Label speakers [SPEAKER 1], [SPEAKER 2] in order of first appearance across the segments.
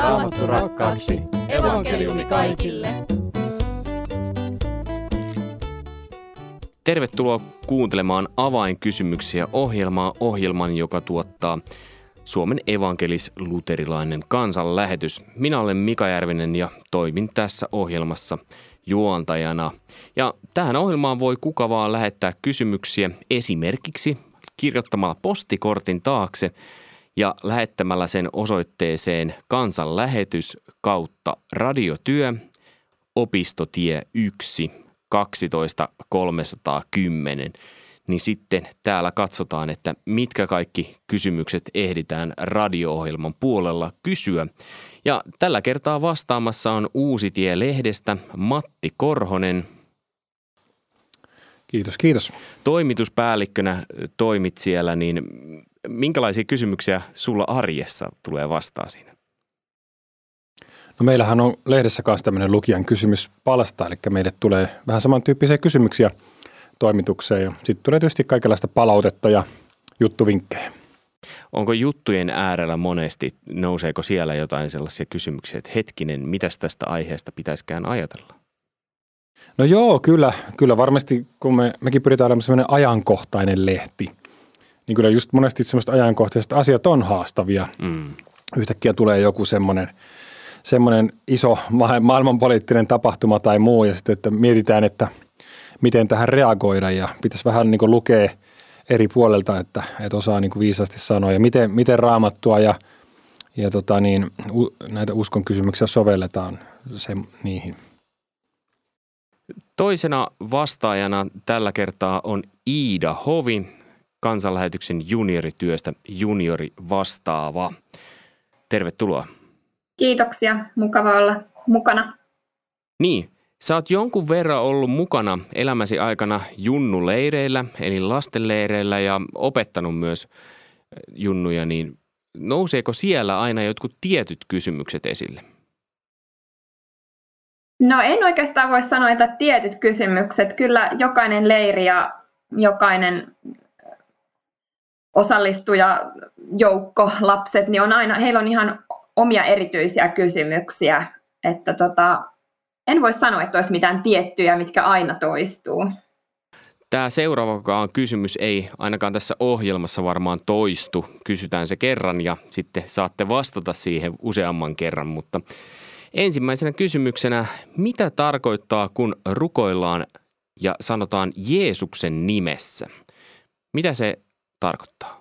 [SPEAKER 1] Raamattu rakkaaksi. Evankeliumi kaikille.
[SPEAKER 2] Tervetuloa kuuntelemaan Avainkysymyksiä ohjelman, joka tuottaa Suomen evankelis-luterilainen kansanlähetys. Minä olen Mika Järvinen ja toimin tässä ohjelmassa juontajana. Ja tähän ohjelmaan voi kuka vaan lähettää kysymyksiä esimerkiksi kirjoittamalla postikortin taakse ja lähettämällä sen osoitteeseen kansanlähetys kautta radiotyö, opistotie 1, 12 310. Niin sitten täällä katsotaan, että mitkä kaikki kysymykset ehditään radio-ohjelman puolella kysyä. Ja tällä kertaa vastaamassa on Uusitie-lehdestä Matti Korhonen.
[SPEAKER 3] Kiitos.
[SPEAKER 2] Toimituspäällikkönä toimit siellä, niin minkälaisia kysymyksiä sulla arjessa tulee vastaan siinä?
[SPEAKER 3] No meillähän on lehdessä kanssa tämmöinen lukijan kysymyspalsta, eli meille tulee vähän samantyyppisiä kysymyksiä toimitukseen ja sitten tulee tietysti kaikenlaista palautetta ja juttuvinkkejä.
[SPEAKER 2] Onko juttujen äärellä monesti, nouseeko siellä jotain sellaisia kysymyksiä, että hetkinen, mitäs tästä aiheesta pitäisikään ajatella?
[SPEAKER 3] No joo, kyllä varmasti, kun mekin pyritään olemaan sellainen ajankohtainen lehti, niin kyllä just monesti semmoista ajankohtaiset asiat on haastavia. Yhtäkkiä tulee joku semmoinen iso maailmanpoliittinen tapahtuma tai muu ja sitten, että mietitään, että miten tähän reagoida ja pitäisi vähän niin kuin lukea eri puolelta, että osaa niin kuin viisaasti sanoa ja miten Raamattua ja näitä uskon kysymyksiä sovelletaan niihin.
[SPEAKER 2] Toisena vastaajana tällä kertaa on Iida Hovi, kansanlähetyksen juniorityöstä juniori vastaava. Tervetuloa.
[SPEAKER 4] Kiitoksia, mukava olla mukana.
[SPEAKER 2] Niin, sä oot jonkun verran ollut mukana elämäsi aikana junnuleireillä, eli lastenleireillä ja opettanut myös junnuja, niin nouseeko siellä aina jotkut tietyt kysymykset esille?
[SPEAKER 4] No en oikeastaan voi sanoa, että tietyt kysymykset. Kyllä jokainen leiri ja jokainen osallistuja, joukko, lapset, niin heillä on ihan omia erityisiä kysymyksiä. Että en voi sanoa, että olisi mitään tiettyjä, mitkä aina toistuu.
[SPEAKER 2] Tämä seuraavakaan kysymys ei ainakaan tässä ohjelmassa varmaan toistu. Kysytään se kerran ja sitten saatte vastata siihen useamman kerran, mutta ensimmäisenä kysymyksenä, mitä tarkoittaa, kun rukoillaan ja sanotaan Jeesuksen nimessä? Mitä se tarkoittaa?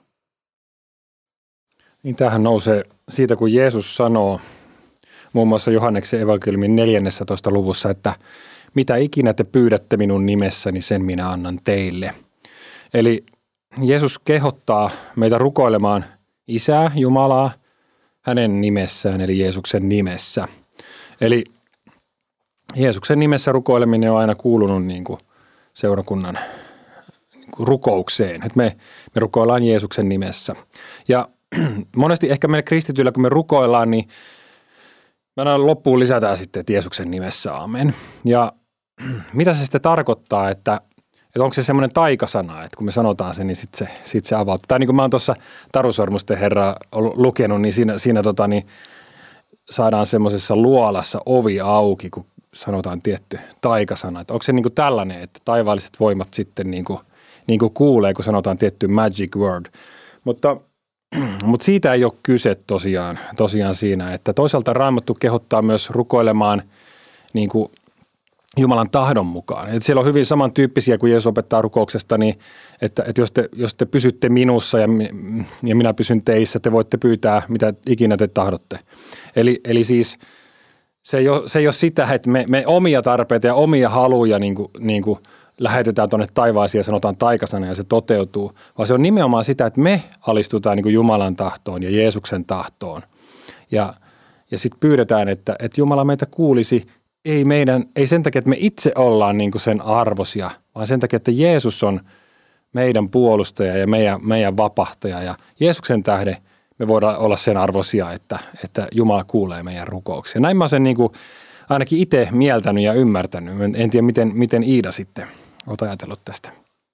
[SPEAKER 3] Niin tämähän nousee siitä, kun Jeesus sanoo muun muassa Johanneksen evankeliumin 14. luvussa, että mitä ikinä te pyydätte minun nimessäni, sen minä annan teille. Eli Jeesus kehottaa meitä rukoilemaan Isää, Jumalaa, hänen nimessään, eli Jeesuksen nimessä. Eli Jeesuksen nimessä rukoileminen on aina kuulunut niin kuin seurakunnan niin kuin rukoukseen, että me rukoillaan Jeesuksen nimessä. Ja monesti ehkä meillä kristityillä, kun me rukoillaan, niin me aina loppuun lisätään sitten, että Jeesuksen nimessä aamen. Ja mitä se sitten tarkoittaa, että onko se semmoinen taikasana, että kun me sanotaan se, niin sitten se avautuu. Tai niin kuin mä oon tuossa Taru Sormusten Herraa lukenut, niin siinä niin saadaan semmoisessa luolassa ovi auki, kun sanotaan tietty taikasana. Että onko se niin kuin tällainen, että taivaalliset voimat sitten niin kuin kuulee, kun sanotaan tietty magic word. Mutta siitä ei ole kyse tosiaan siinä, että toisaalta Raamattu kehottaa myös rukoilemaan niin kuin Jumalan tahdon mukaan. Että siellä on hyvin samantyyppisiä, kuin Jeesus opettaa rukouksesta, niin että jos te pysytte minussa ja minä pysyn teissä, te voitte pyytää mitä ikinä te tahdotte. Eli siis se ei ole sitä, että me omia tarpeita ja omia haluja niin kuin lähetetään tuonne taivaaseen ja sanotaan taikasana ja se toteutuu, vaan se on nimenomaan sitä, että me alistutaan niin kuin Jumalan tahtoon ja Jeesuksen tahtoon. Ja sitten pyydetään, että Jumala meitä kuulisi, ei sen takia, että me itse ollaan niin kuin sen arvosia, vaan sen takia, että Jeesus on meidän puolustaja ja meidän vapahtaja. Ja Jeesuksen tähden me voidaan olla sen arvosia, että Jumala kuulee meidän rukouksia. Näin mä oon sen niin kuin ainakin itse mieltänyt ja ymmärtänyt. En tiedä, miten Iida sitten olet ajatellut tästä.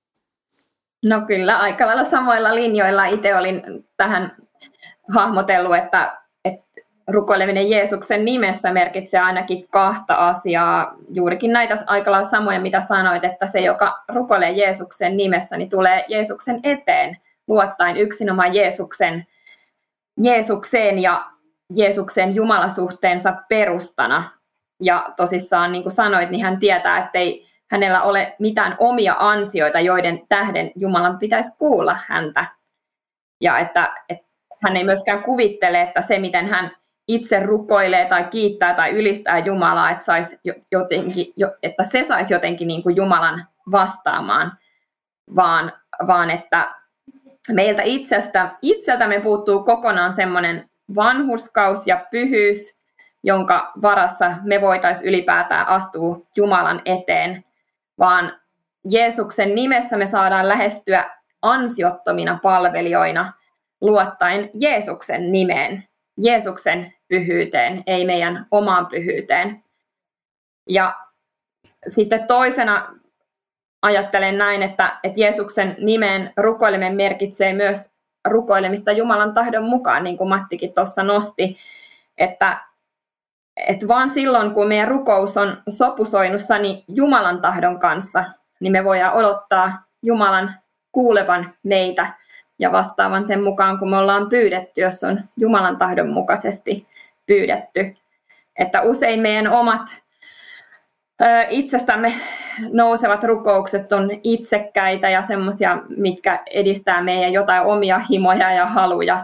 [SPEAKER 4] No kyllä, aika lailla samoilla linjoilla itse olin tähän hahmotellut, että rukoileminen Jeesuksen nimessä merkitsee ainakin kahta asiaa. Juurikin näitä aika lailla samoja, mitä sanoit, että se, joka rukoilee Jeesuksen nimessä, niin tulee Jeesuksen eteen luottaen yksinomaan Jeesukseen ja Jeesuksen jumalasuhteensa perustana. Ja tosissaan, niin kuin sanoit, niin hän tietää, ettei hänellä ole mitään omia ansioita, joiden tähden Jumalan pitäisi kuulla häntä. Ja että hän ei myöskään kuvittele, että se, miten hän itse rukoilee tai kiittää tai ylistää Jumalaa, että se saisi jotenkin niin kuin Jumalan vastaamaan, vaan että meiltä itseltämme puuttuu kokonaan semmoinen vanhurskaus ja pyhyys, jonka varassa me voitaisiin ylipäätään astua Jumalan eteen, vaan Jeesuksen nimessä me saadaan lähestyä ansiottomina palvelijoina luottaen Jeesuksen nimeen, Jeesuksen pyhyyteen, ei meidän omaan pyhyyteen. Ja sitten toisena ajattelen näin, että Jeesuksen nimeen rukoileminen merkitsee myös rukoilemista Jumalan tahdon mukaan, niin kuin Mattikin tuossa nosti, että vaan silloin, kun meidän rukous on sopusoinnussa niin Jumalan tahdon kanssa, niin me voidaan odottaa Jumalan kuulevan meitä ja vastaavan sen mukaan, kun me ollaan pyydetty, jos on Jumalan tahdon mukaisesti pyydetty. Että usein meidän omat itsestämme nousevat rukoukset on itsekkäitä ja semmoisia, mitkä edistää meidän jotain omia himoja ja haluja.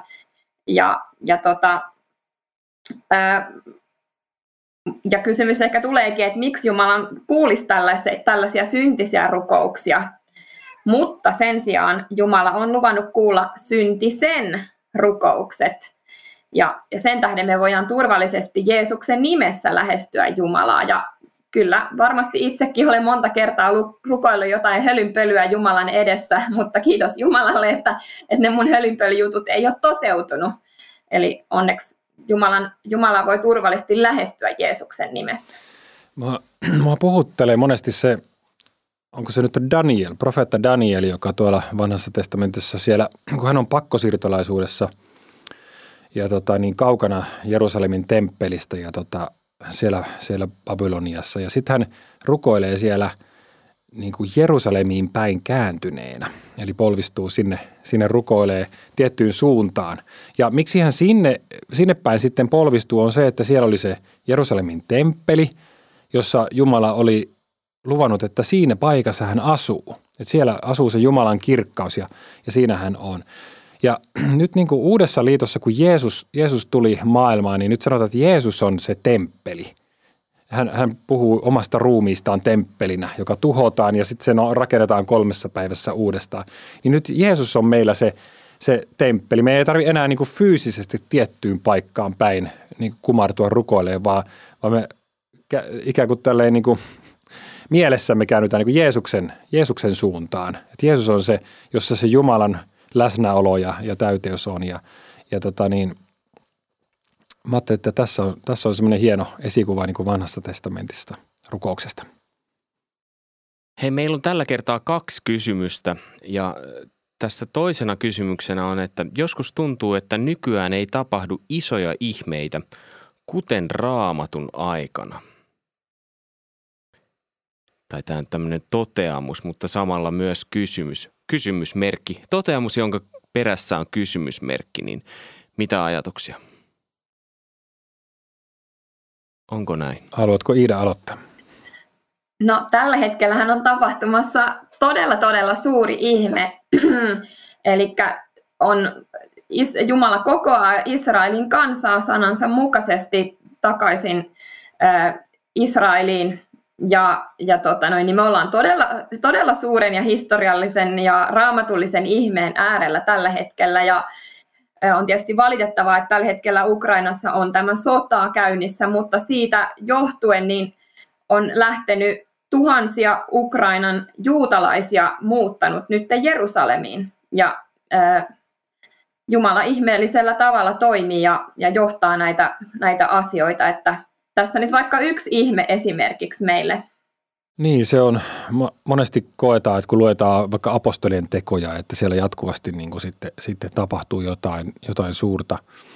[SPEAKER 4] Ja kysymys ehkä tuleekin, että miksi Jumala kuulisi tällaisia syntisiä rukouksia, mutta sen sijaan Jumala on luvannut kuulla syntisen rukoukset. Ja sen tähden me voidaan turvallisesti Jeesuksen nimessä lähestyä Jumalaa. Ja kyllä varmasti itsekin olen monta kertaa rukoillut jotain hölynpölyä Jumalan edessä, mutta kiitos Jumalalle, että ne mun hölynpölyjutut ei ole toteutunut. Eli onneksi Jumala voi turvallisesti lähestyä Jeesuksen nimessä.
[SPEAKER 3] Mua puhuttelee monesti se, onko se nyt Daniel, profeetta Daniel, joka tuolla vanhassa testamentissa siellä, kun hän on pakkosiirtolaisuudessa ja niin kaukana Jerusalemin temppelistä ja siellä Babyloniassa. Ja sitten hän rukoilee siellä niin kuin Jerusalemiin päin kääntyneenä, eli polvistuu sinne rukoilee tiettyyn suuntaan. Ja miksi hän sinne päin sitten polvistuu on se, että siellä oli se Jerusalemin temppeli, jossa Jumala oli luvannut, että siinä paikassa hän asuu. Että siellä asuu se Jumalan kirkkaus ja siinä hän on. Ja nyt niin kuin Uudessa liitossa, kun Jeesus tuli maailmaan, niin nyt sanotaan, että Jeesus on se temppeli. Hän puhuu omasta ruumiistaan temppelinä, joka tuhotaan ja sitten se rakennetaan 3 päivässä uudestaan. Niin nyt Jeesus on meillä se temppeli. Me ei tarvitse enää niin kuin fyysisesti tiettyyn paikkaan päin niin kuin kumartua rukoilemaan, vaan me ikään kuin tälleen niin kuin mielessämme käännytään niin kuin Jeesuksen suuntaan. Et Jeesus on se, jossa se Jumalan läsnäolo ja täyteys on. Mä ajattelin, että tässä on semmoinen hieno esikuva niin kuin vanhasta testamentista rukouksesta.
[SPEAKER 2] Hei, meillä on tällä kertaa 2 kysymystä ja tässä toisena kysymyksenä on, että joskus tuntuu, että nykyään ei tapahdu isoja ihmeitä, kuten Raamatun aikana. Tai tämä on tämmöinen toteamus, mutta samalla myös kysymysmerkki. Toteamus, jonka perässä on kysymysmerkki, niin mitä ajatuksia? Onko näin?
[SPEAKER 3] Haluatko Iida aloittaa?
[SPEAKER 4] No tällä hetkellähän on tapahtumassa todella suuri ihme. Eli Jumala kokoaa Israelin kansaa sanansa mukaisesti takaisin Israeliin. Niin me ollaan todella suuren ja historiallisen ja raamatullisen ihmeen äärellä tällä hetkellä. Ja on tietysti valitettavaa, että tällä hetkellä Ukrainassa on tämä sota käynnissä, mutta siitä johtuen niin on lähtenyt tuhansia Ukrainan juutalaisia muuttanut nyt Jerusalemiin. Ja Jumala ihmeellisellä tavalla toimii ja johtaa näitä asioita, että tässä nyt vaikka yksi ihme esimerkiksi meille.
[SPEAKER 3] Niin, se on, monesti koetaan, että kun luetaan vaikka apostolien tekoja, että siellä jatkuvasti niin kuin sitten tapahtuu jotain suurta.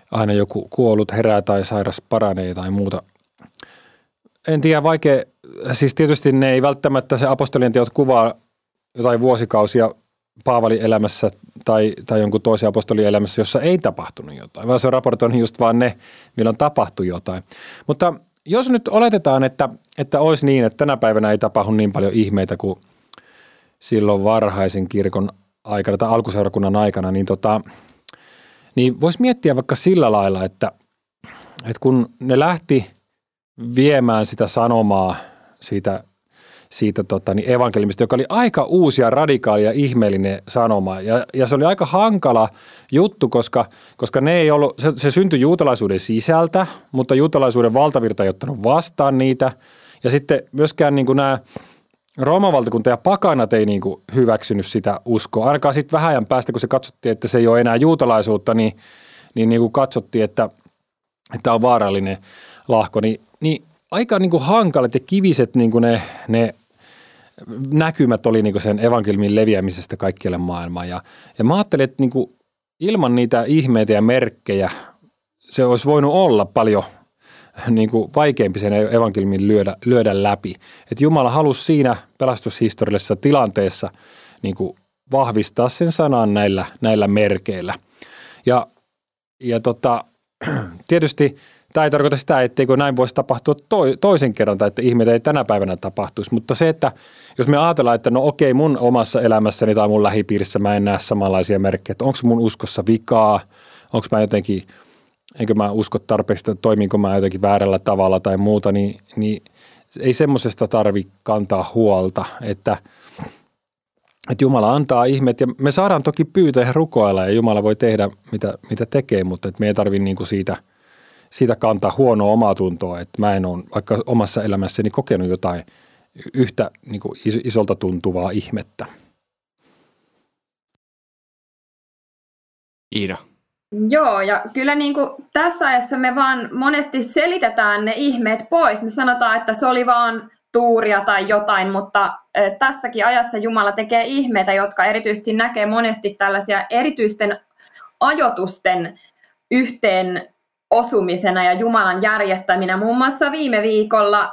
[SPEAKER 3] aina joku kuollut herää tai sairas paranee tai muuta. En tiedä, vaikea. Siis tietysti ne ei välttämättä se apostolien teot kuvaa jotain vuosikausia Paavalin elämässä tai jonkun toisen apostolien elämässä, jossa ei tapahtunut jotain, vaan se on raportoinut just vaan ne, milloin tapahtui jotain. Mutta jos nyt oletetaan, että olisi niin, että tänä päivänä ei tapahdu niin paljon ihmeitä kuin silloin varhaisen kirkon aikana tai alkuseurakunnan aikana, niin voisi miettiä vaikka sillä lailla, että kun ne lähti viemään sitä sanomaa siitä evankeliumista, joka oli aika uusi ja radikaali ja ihmeellinen sanoma. Ja se oli aika hankala juttu, koska ne ei ollut, se syntyi juutalaisuuden sisältä, mutta juutalaisuuden valtavirta ei ottanut vastaan niitä. Ja sitten myöskään niin kuin nämä Rooman valtakunta ja pakanat ei niin kuin hyväksynyt sitä uskoa. Ainakaan sitten vähän ajan päästä, kun se katsottiin, että se ei ole enää juutalaisuutta, niin kuin katsottiin, että on vaarallinen lahko. Niin aika niin kuin hankalat ja kiviset niin kuin ne näkymät oli niin kuin sen evankeliumin leviämisestä kaikkialle maailmaan. Ja mä ajattelin, että niin kuin ilman niitä ihmeitä ja merkkejä se olisi voinut olla paljon niin kuin vaikeampi sen evankeliumin lyödä läpi. Että Jumala halusi siinä pelastushistoriallisessa tilanteessa niin kuin vahvistaa sen sanan näillä merkeillä. Ja tietysti tämä ei tarkoita sitä, etteikö näin voisi tapahtua toisen kerran tai että ihmeitä ei tänä päivänä tapahtuisi, mutta se, että jos me ajatellaan, että no okei, mun omassa elämässäni tai mun lähipiirissä mä en näe samanlaisia merkkejä, että onko mun uskossa vikaa, onko mä jotenkin, enkö mä usko tarpeeksi, että toiminko mä jotenkin väärällä tavalla tai muuta, niin ei semmoisesta tarvitse kantaa huolta, että Jumala antaa ihmeet ja me saadaan toki pyytää ja rukoilla ja Jumala voi tehdä mitä tekee, mutta että me ei tarvitse niin kuin siitä kantaa huonoa omaa tuntoa, että mä en ole vaikka omassa elämässäni kokenut jotain yhtä niin kuin isolta tuntuvaa ihmettä.
[SPEAKER 2] Iida.
[SPEAKER 4] Joo, ja kyllä niin kuin tässä ajassa me vaan monesti selitetään ne ihmeet pois. Me sanotaan, että se oli vaan tuuria tai jotain, mutta tässäkin ajassa Jumala tekee ihmeitä, jotka erityisesti näkee monesti tällaisia erityisten ajoitusten yhteen osumisena ja Jumalan järjestäminä. Muun muassa viime viikolla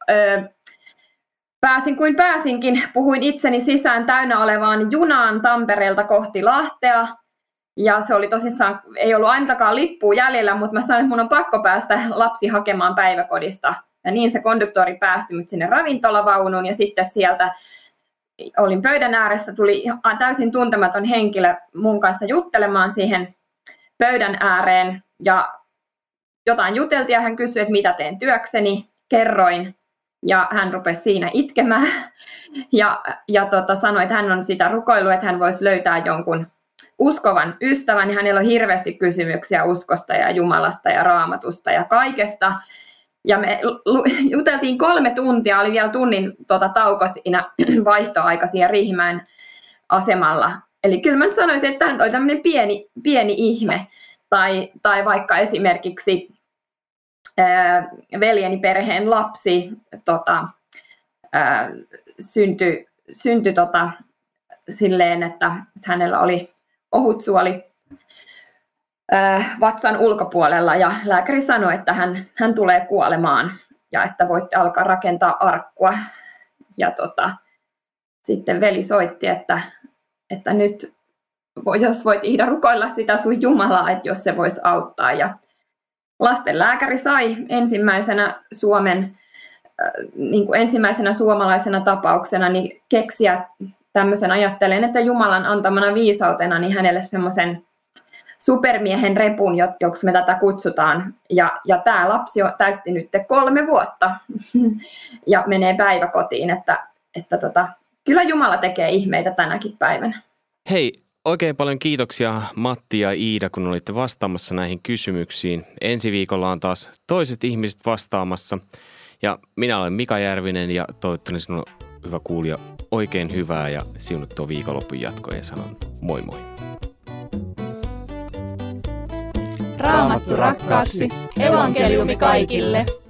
[SPEAKER 4] pääsin kuin pääsinkin, puhuin itseni sisään täynnä olevaan junaan Tampereelta kohti Lahtea. Ja se oli tosissaan, ei ollut ainakaan lippua jäljellä, mutta mä sanoin, että mun on pakko päästä lapsi hakemaan päiväkodista. Ja niin se konduktori päästi mut sinne ravintolavaunuun ja sitten sieltä olin pöydän ääressä, tuli täysin tuntematon henkilö mun kanssa juttelemaan siihen pöydän ääreen. Ja jotain juteltiin ja hän kysyi, että mitä teen työkseni, kerroin ja hän rupesi siinä itkemään ja sanoi, että hän on sitä rukoillut, että hän voisi löytää jonkun uskovan ystävän, niin hänellä on hirveästi kysymyksiä uskosta ja Jumalasta ja Raamatusta ja kaikesta. Ja me juteltiin 3 tuntia, oli vielä tunnin tauko siinä vaihtoaika siinä Riihimäen asemalla. Eli kyllä mä sanoisin, että tämä oli tämmöinen pieni ihme. Tai vaikka esimerkiksi veljeni perheen lapsi syntyi silleen, että hänellä oli ohutsuoli vatsan ulkopuolella ja lääkäri sanoi, että hän tulee kuolemaan ja että voitte alkaa rakentaa arkkua. Ja sitten veli soitti, että nyt jos voit Iida rukoilla sitä sun Jumalaa, että jos se voisi auttaa. Ja lastenlääkäri sai ensimmäisenä ensimmäisenä suomalaisena tapauksena niin keksiä tämmöisen ajattelen, että Jumalan antamana viisautena niin hänelle semmoisen supermiehen repun, joksi me tätä kutsutaan. Ja tämä lapsi täytti nyt 3 vuotta ja menee päiväkotiin, että kyllä Jumala tekee ihmeitä tänäkin päivänä.
[SPEAKER 2] Hei, oikein paljon kiitoksia Matti ja Iida, kun olitte vastaamassa näihin kysymyksiin. Ensi viikolla on taas toiset ihmiset vastaamassa. Ja minä olen Mika Järvinen ja toivottavasti sinulle, hyvä kuulija, oikein hyvää ja siunattua viikonlopun jatkoa ja sanon moi moi.
[SPEAKER 1] Raamattu rakkaaksi. Evankeliumi kaikille.